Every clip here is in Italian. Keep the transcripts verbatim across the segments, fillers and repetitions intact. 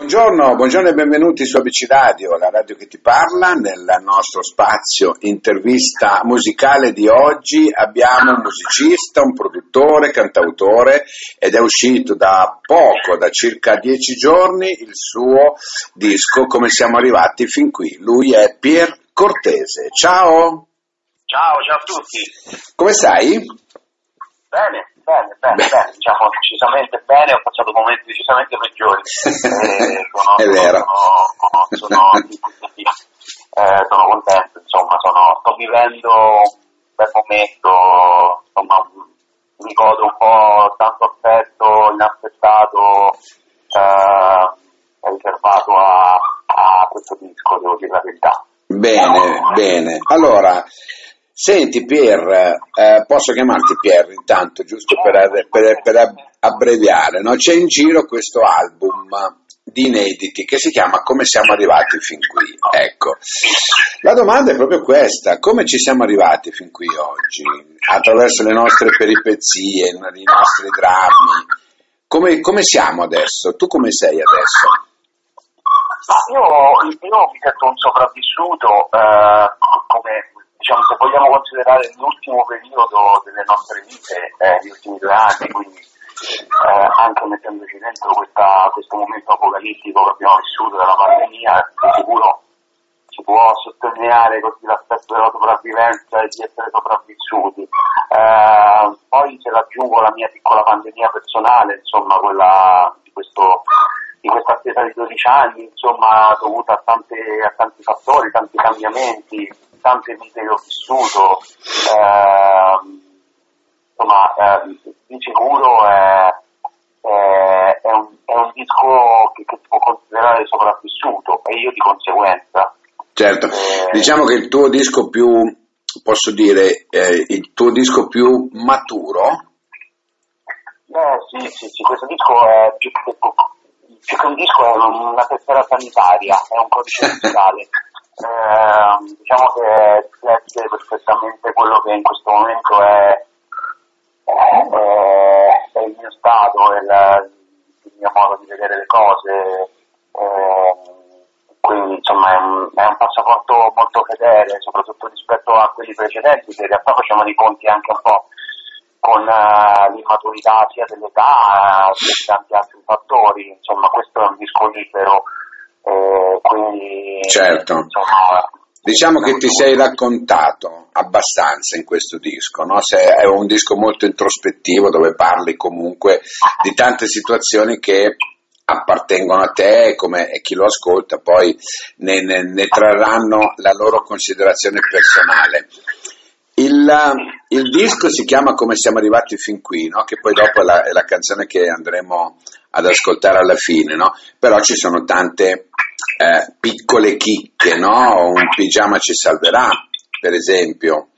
Buongiorno, buongiorno e benvenuti su A B C Radio, la radio che ti parla. Nel nostro spazio intervista musicale di oggi abbiamo un musicista, un produttore, cantautore, ed è uscito da poco, da circa dieci giorni, il suo disco Come siamo arrivati fin qui. Lui è Pier Cortese. Ciao! Ciao, ciao a tutti! Come stai? Bene, bene, bene, bene, diciamo decisamente bene, ho passato momenti decisamente peggiori. Eh, sono, è vero. Sono, sono, eh, sono contento, insomma, sono, sto vivendo un bel momento, insomma, mi godo un po' tanto affetto, inaspettato, eh, riservato a, a questo disco, devo dire la verità. Bene, bene. Allora, senti Pier, eh, posso chiamarti Pier intanto, giusto per, per, per abbreviare, no? C'è in giro questo album di inediti che si chiama Come siamo arrivati fin qui. Ecco, la domanda è proprio questa: come ci siamo arrivati fin qui oggi? Attraverso le nostre peripezie, i nostri drammi. Come, come siamo adesso? Tu come sei adesso? Io, io mi sento un sopravvissuto, eh, come, diciamo, se vogliamo considerare l'ultimo periodo delle nostre vite, eh, gli ultimi due anni, quindi eh, anche mettendoci dentro questa, questo momento apocalittico che abbiamo vissuto della pandemia, di sicuro si può sottolineare così l'aspetto della sopravvivenza e di essere sopravvissuti. Eh, poi se raggiungo la mia piccola pandemia personale, insomma, quella di questo di questa attesa di dodici anni, insomma, dovuta a, tante, a tanti fattori, tanti cambiamenti, tante vite che ho vissuto, eh, insomma, eh, di sicuro è, è, è, un, è un disco che, che si può considerare sopravvissuto, e io di conseguenza. Certo, eh, diciamo che il tuo disco più, posso dire, eh, il tuo disco più maturo? Eh, sì, sì, sì, questo disco è più che più che un disco, è una tessera sanitaria, è un codice fiscale. Eh, diciamo che riflette perfettamente quello che in questo momento è, è, è il mio stato, è la, il mio modo di vedere le cose. Eh, quindi insomma è un, è un passaporto molto fedele, soprattutto rispetto a quelli precedenti, che in realtà facevano i conti anche un po' con uh, l'immaturità sia dell'età uh, che tanti altri fattori. Insomma, questo è un disco libero, eh, quindi certo. Insomma, diciamo che ti sei raccontato abbastanza in questo disco, no? Se è un disco molto introspettivo, dove parli comunque di tante situazioni che appartengono a te, come, e chi lo ascolta poi ne, ne, ne trarranno la loro considerazione personale. Il, il disco si chiama Come siamo arrivati fin qui, no? Che poi dopo è la, è la canzone che andremo ad ascoltare alla fine, no? Però ci sono tante eh, piccole chicche, no? Un pigiama ci salverà, per esempio,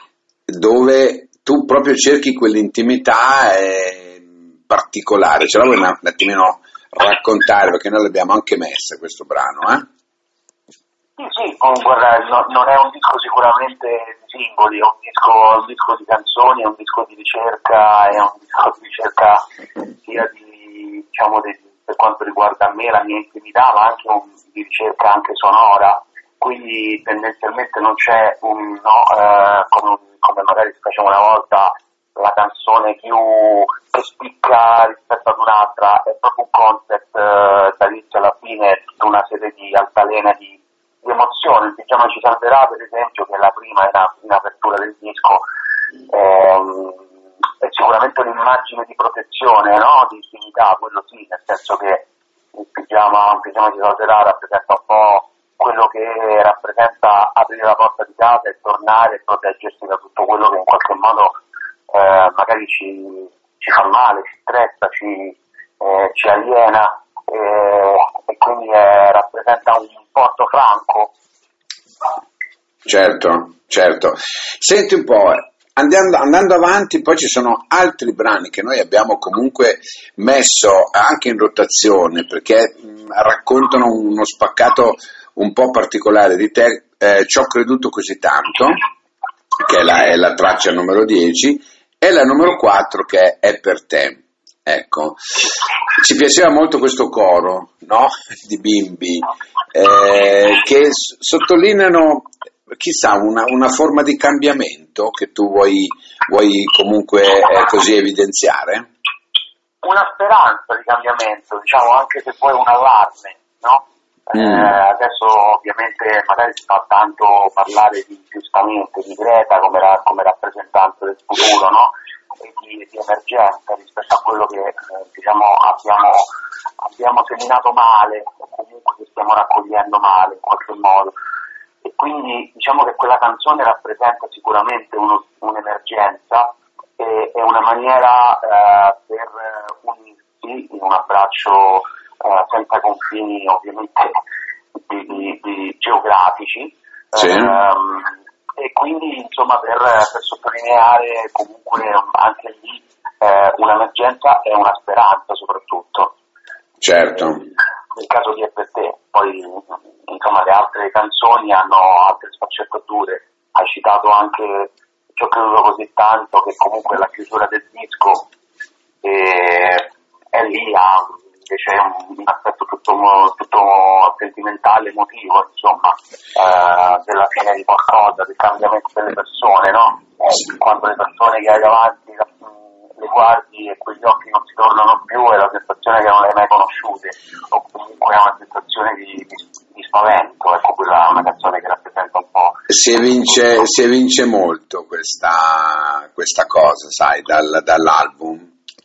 dove tu proprio cerchi quell'intimità eh, particolare. Ce la vuoi un attimino raccontare, perché noi l'abbiamo anche messa questo brano, eh? Sì, sì, guarda, no, non è un disco sicuramente di singoli, è un disco, un disco di canzoni, è un disco di ricerca, è un disco di ricerca sia di, diciamo, di, per quanto riguarda me, la mia intimità, ma anche un, di ricerca anche sonora, quindi tendenzialmente non c'è un, no, eh, come, come magari si faceva una volta, la canzone più che spicca rispetto ad un'altra, è proprio un concept eh, dall'inizio alla fine, tutta una serie di altalena di di emozioni. Il pigiama ci salverà, per esempio, che è la prima in, in apertura del disco, ehm, è sicuramente un'immagine di protezione, no? Di intimità, quello sì, nel senso che il pigiama, il pigiama ci salverà rappresenta un po' quello che rappresenta aprire la porta di casa e tornare e proteggersi da tutto quello che in qualche modo eh, magari ci, ci fa male, ci stressa, ci, eh, ci aliena, eh, e quindi eh, rappresenta un porto franco. Certo, certo. Senti un po', andando, andando avanti, poi ci sono altri brani che noi abbiamo comunque messo anche in rotazione, perché mh, raccontano uno spaccato un po' particolare di te. eh, Ci ho creduto così tanto, che è la, è la traccia numero dieci, e la numero quattro, che è È per te. ecco, ci piaceva molto questo coro, no? Di bimbi eh, che s- sottolineano, chissà, una, una forma di cambiamento che tu vuoi, vuoi comunque eh, così evidenziare? Una speranza di cambiamento, diciamo, anche se poi un allarme, no? Eh, Mm. adesso ovviamente magari si fa tanto parlare di giustamente di Greta come, ra- come rappresentante del futuro, no? E di, di emergenza rispetto a quello che eh, diciamo abbiamo, abbiamo seminato male o comunque che stiamo raccogliendo male in qualche modo. E quindi diciamo che quella canzone rappresenta sicuramente uno- un'emergenza e, e una maniera eh, per eh, unirsi in un abbraccio eh, senza confini ovviamente di, di- di geografici. Sì. Ehm, e quindi insomma per, per sottolineare comunque anche lì eh, un'emergenza e una speranza soprattutto. Certo. Eh, nel caso di E per te, poi insomma le altre canzoni hanno altre sfaccettature, hai citato anche Ci ho creduto così tanto, che comunque è la chiusura del disco e, e lì ha invece un, un aspetto tutto, mo- tutto sentimentale, emotivo, insomma, eh, della fine di qualcosa, del cambiamento delle persone, no? Eh, quando le persone che hai davanti la- le guardi e quegli occhi non si tornano più, è la sensazione che non le hai mai conosciute, o comunque è una sensazione di, di, di spavento, ecco, quella è una canzone che rappresenta un po'. Si evince, si evince molto questa, questa cosa, sai, dal, dall'album.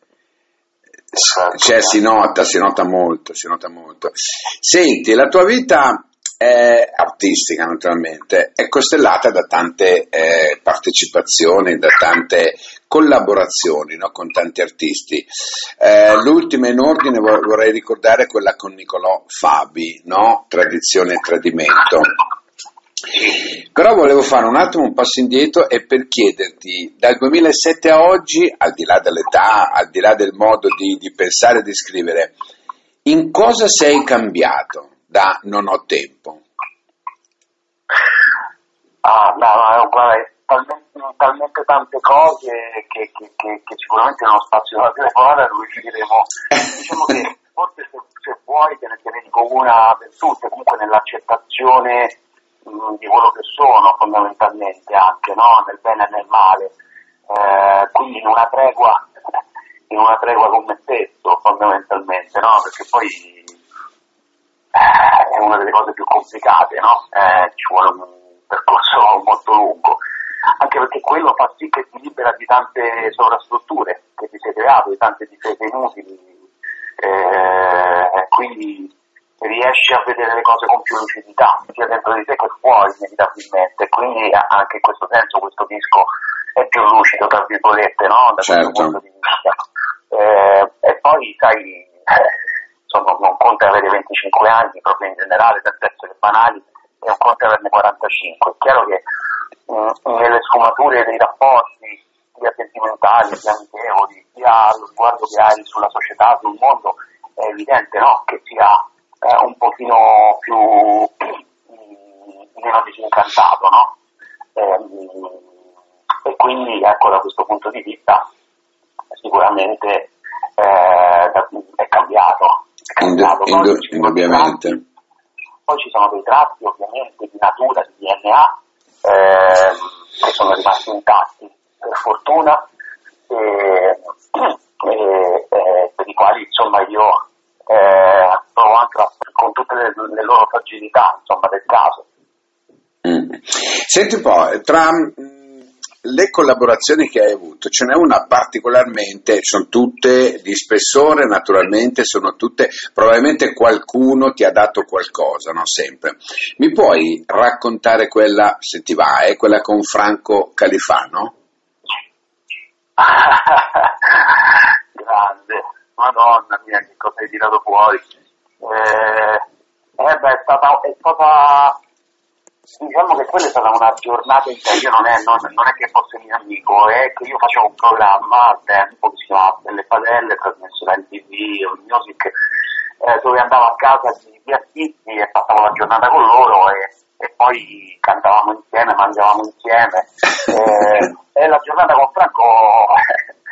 Cioè, si nota, si nota molto, si nota molto. Senti, la tua vita è artistica, naturalmente, è costellata da tante eh, partecipazioni, da tante collaborazioni, no, con tanti artisti. Eh, l'ultima in ordine vor- vorrei ricordare quella con Nicolò Fabi, no? Tradizione e tradimento. Però volevo fare un attimo un passo indietro e per chiederti, dal duemilasette a oggi, al di là dell'età, al di là del modo di, di pensare e di scrivere, in cosa sei cambiato da Non ho tempo? Ah, no, no, guarda, è talmente, talmente tante cose che, che, che, che sicuramente nello spazio della telefonata riusciremo. Diciamo che forse se, se vuoi te ne, te ne dico una per tutte, comunque nell'accettazione mh, di quello che sono fondamentalmente anche, no? Nel bene e nel male. Eh, quindi in una tregua, in una tregua con me stesso fondamentalmente, no? Perché poi eh, è una delle cose più complicate, no? Eh, ci vuole un percorso molto lungo, anche perché quello fa sì che ti libera di tante sovrastrutture che ti sei creato, di tante difese inutili, eh, quindi riesci a vedere le cose con più lucidità, sia dentro di te che fuori inevitabilmente, quindi anche in questo senso questo disco è più lucido, tra virgolette, no? Da Certo. questo punto di vista. Eh, e poi, sai, eh, insomma, non conta avere venticinque anni, proprio in generale, senza essere banali, e un conto averne quarantacinque. È chiaro che mh, nelle sfumature dei rapporti, sia sentimentali, sia amichevoli, sia lo sguardo che hai sulla società, sul mondo, è evidente, no? Che sia eh, un pochino più mh, meno disincantato, no? Eh, e quindi, ecco, da questo punto di vista, sicuramente eh, è cambiato. È cambiato. Indu- indu- Poi ci sono dei indubbiamente. tratti- Poi ci sono dei tratti ovviamente di natura, di D N A, ehm, che sono rimasti intatti per fortuna e, e- e per i quali insomma io eh, provo anche la- con tutte le, le loro fragilità insomma del caso. Mm. Senti un po', tra mm, le collaborazioni che hai avuto, ce n'è una particolarmente, sono tutte di spessore naturalmente, sono tutte, probabilmente qualcuno ti ha dato qualcosa, no? Sempre. Mi puoi raccontare quella, se ti va, eh, quella con Franco Califano? Grande, madonna mia che cosa hai tirato fuori. Eh, eh beh, è stata, è stata, diciamo che quella è stata una giornata in cui io non è, non, non è che fosse mio amico, è che io facevo un programma al tempo che si chiamava Belle Padelle, trasmesso da M T V o Music, eh, dove andavo a casa di, di artisti e passavo la giornata con loro e, e poi cantavamo insieme, mangiavamo insieme. Eh, e la giornata con Franco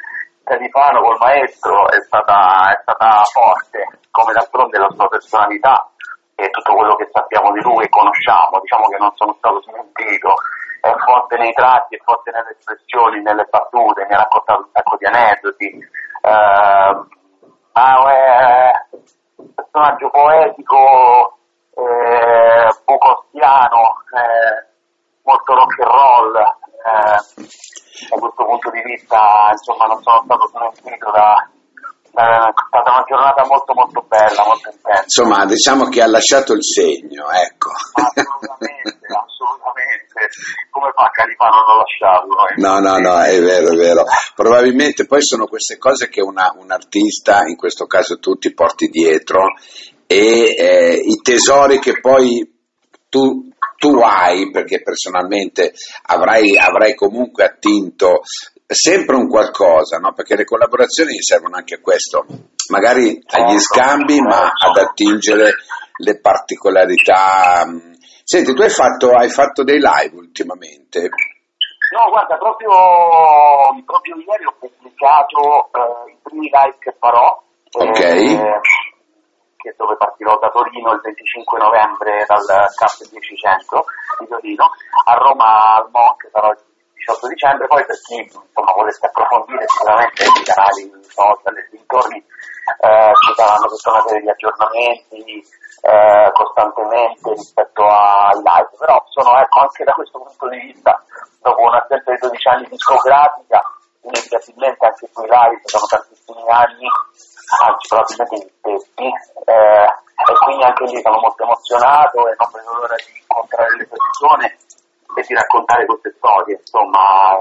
Califano col maestro è stata, è stata forte, come d'altronde la sua personalità e tutto quello che sappiamo di lui e conosciamo, diciamo che non sono stato smentito, è forte nei tratti, è forte nelle espressioni, nelle battute, mi ha raccontato un sacco di aneddoti, eh, ma è un personaggio poetico, eh, bucostiano, eh, molto rock and roll, eh, da questo punto di vista insomma non sono stato smentito da... è stata una giornata molto molto bella, molto intensa. Insomma, diciamo che ha lasciato il segno, ecco. Assolutamente, assolutamente. Come fa Califano a non lasciarlo? Eh? No, no, no, è vero, è vero. Probabilmente poi sono queste cose che una, un artista, in questo caso tu, ti porti dietro e eh, i tesori che poi tu, tu hai, perché personalmente avrai, avrai comunque attinto sempre un qualcosa, no? Perché le collaborazioni servono anche a questo, magari agli scambi, ma ad attingere le particolarità. Senti, tu hai fatto, hai fatto dei live ultimamente? No, guarda, proprio, proprio ieri ho pubblicato eh, i primi live che farò, Ok. eh, che dove partirò da Torino il venticinque novembre dal C A P diecicento di Torino, a Roma al Monk sarò il diciotto dicembre, poi per chi insomma volesse approfondire sicuramente i canali social e dintorni eh, ci saranno tutta una serie di aggiornamenti eh, costantemente rispetto ai live, però sono ecco anche da questo punto di vista, dopo un'assenza di dodici anni discografica, inevitabilmente anche sui live sono tantissimi anni, anzi probabilmente in tempi, eh, e quindi anche lì sono molto emozionato e non vedo l'ora di incontrare le persone e di raccontare queste storie, insomma.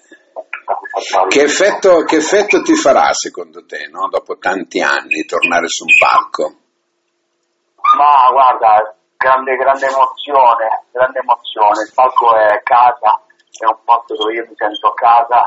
Eh, che, effetto, che effetto ti farà secondo te, no? Dopo tanti anni, tornare su un palco? Ma guarda, grande, grande emozione, grande emozione, il palco è casa, è un posto dove io mi sento a casa,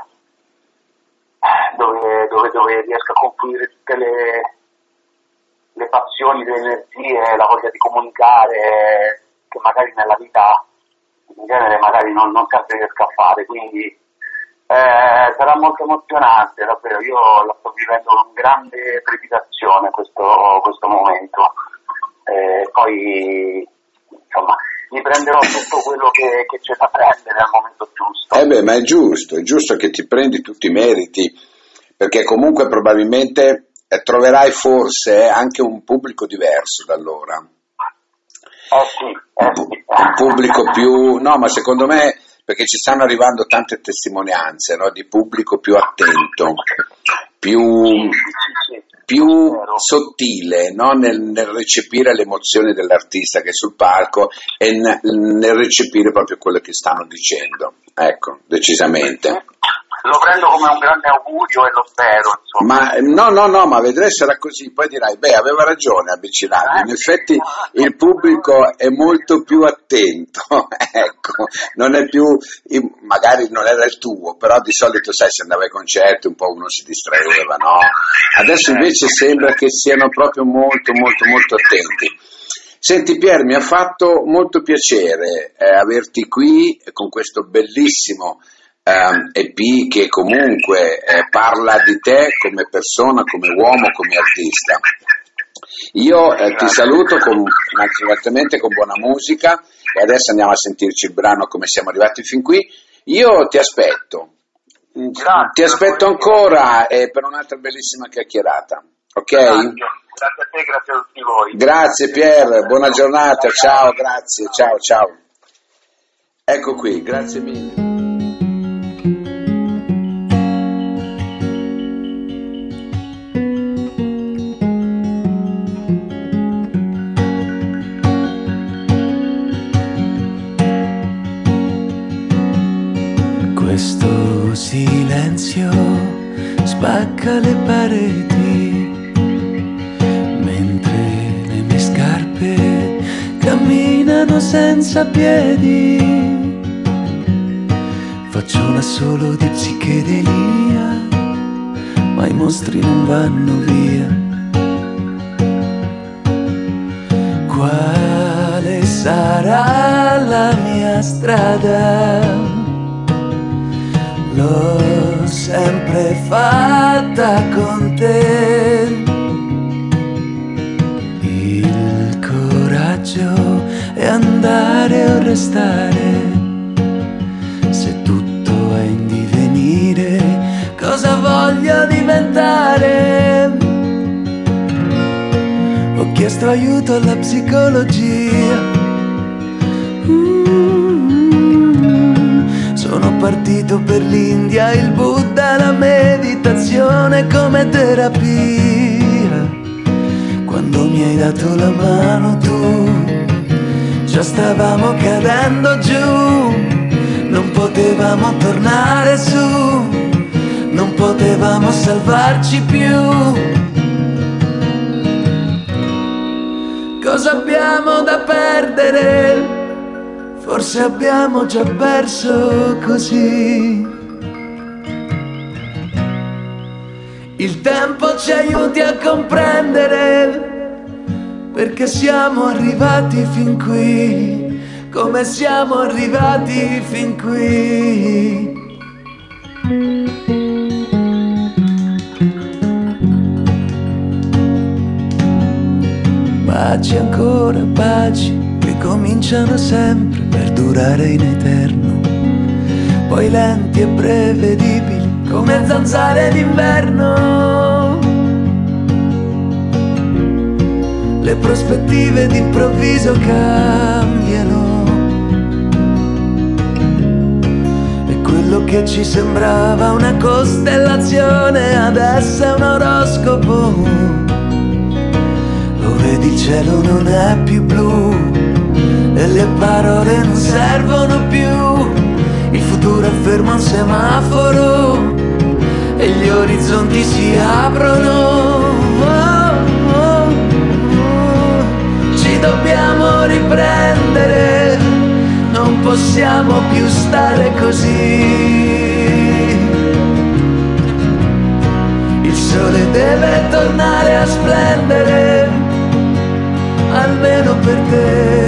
dove, dove, dove riesco a confluire tutte le, le passioni, le energie, la voglia di comunicare, che magari nella vita in genere magari non, non sempre riesco a fare, quindi eh, sarà molto emozionante, davvero, io la sto vivendo con grande trepidazione questo, questo momento, eh, poi insomma mi prenderò tutto quello che, che c'è da prendere al momento giusto. Eh beh, ma è giusto, è giusto che ti prendi tutti i meriti, perché comunque probabilmente eh, troverai forse anche un pubblico diverso da allora. Eh sì, eh sì. Un pubblico più, no, ma secondo me, perché ci stanno arrivando tante testimonianze, no, di pubblico più attento, più, più sottile, no, nel, nel recepire le emozioni dell'artista che è sul palco e n- nel recepire proprio quello che stanno dicendo. Ecco, decisamente. Lo prendo come un grande augurio e lo spero, insomma. Ma no, no, no, ma vedrai sarà così, poi dirai, beh, aveva ragione avvicinarmi, in effetti il pubblico è molto più attento, ecco, non è più, magari non era il tuo, però di solito sai se andava ai concerti un po' uno si distraeva, no? Adesso invece sembra che siano proprio molto, molto, molto attenti. Senti Pier, mi ha fatto molto piacere eh, averti qui con questo bellissimo Um, E P che comunque eh, parla di te come persona, come uomo, come artista. Io eh, ti saluto con, naturalmente con buona musica e adesso andiamo a sentirci il brano come siamo arrivati fin qui. Io ti aspetto, Grazie, ti aspetto ancora eh, per un'altra bellissima chiacchierata, ok? Grazie. Grazie a te, grazie a tutti voi. Grazie Pier, buona giornata, ciao, grazie, ciao, ciao. Ecco qui, grazie mille. Questo silenzio spacca le pareti, mentre le mie scarpe camminano senza piedi. Faccio una solo di psichedelia, ma i mostri non vanno via. Quale sarà la mia strada? L'ho sempre l'amore fatta con te. Il coraggio è andare o restare. Se tutto è in divenire, cosa voglio diventare? Ho chiesto aiuto alla psicologia. Sono partito per l'India, il Buddha, la meditazione come terapia. Quando mi hai dato la mano tu, già stavamo cadendo giù. Non potevamo tornare su, non potevamo salvarci più. Cosa abbiamo da perdere? Forse abbiamo già perso così. Il tempo ci aiuti a comprendere perché siamo arrivati fin qui, come siamo arrivati fin qui. Baci ancora, baci che cominciano sempre per durare in eterno, poi lenti e prevedibili come zanzare d'inverno. Le prospettive d'improvviso cambiano e quello che ci sembrava una costellazione adesso è un oroscopo. Lo vedi, il cielo non è più blu e le parole non servono più. Il futuro è fermo a un semaforo e gli orizzonti si aprono. Oh, oh, oh. Ci dobbiamo riprendere, non possiamo più stare così. Il sole deve tornare a splendere, almeno per te.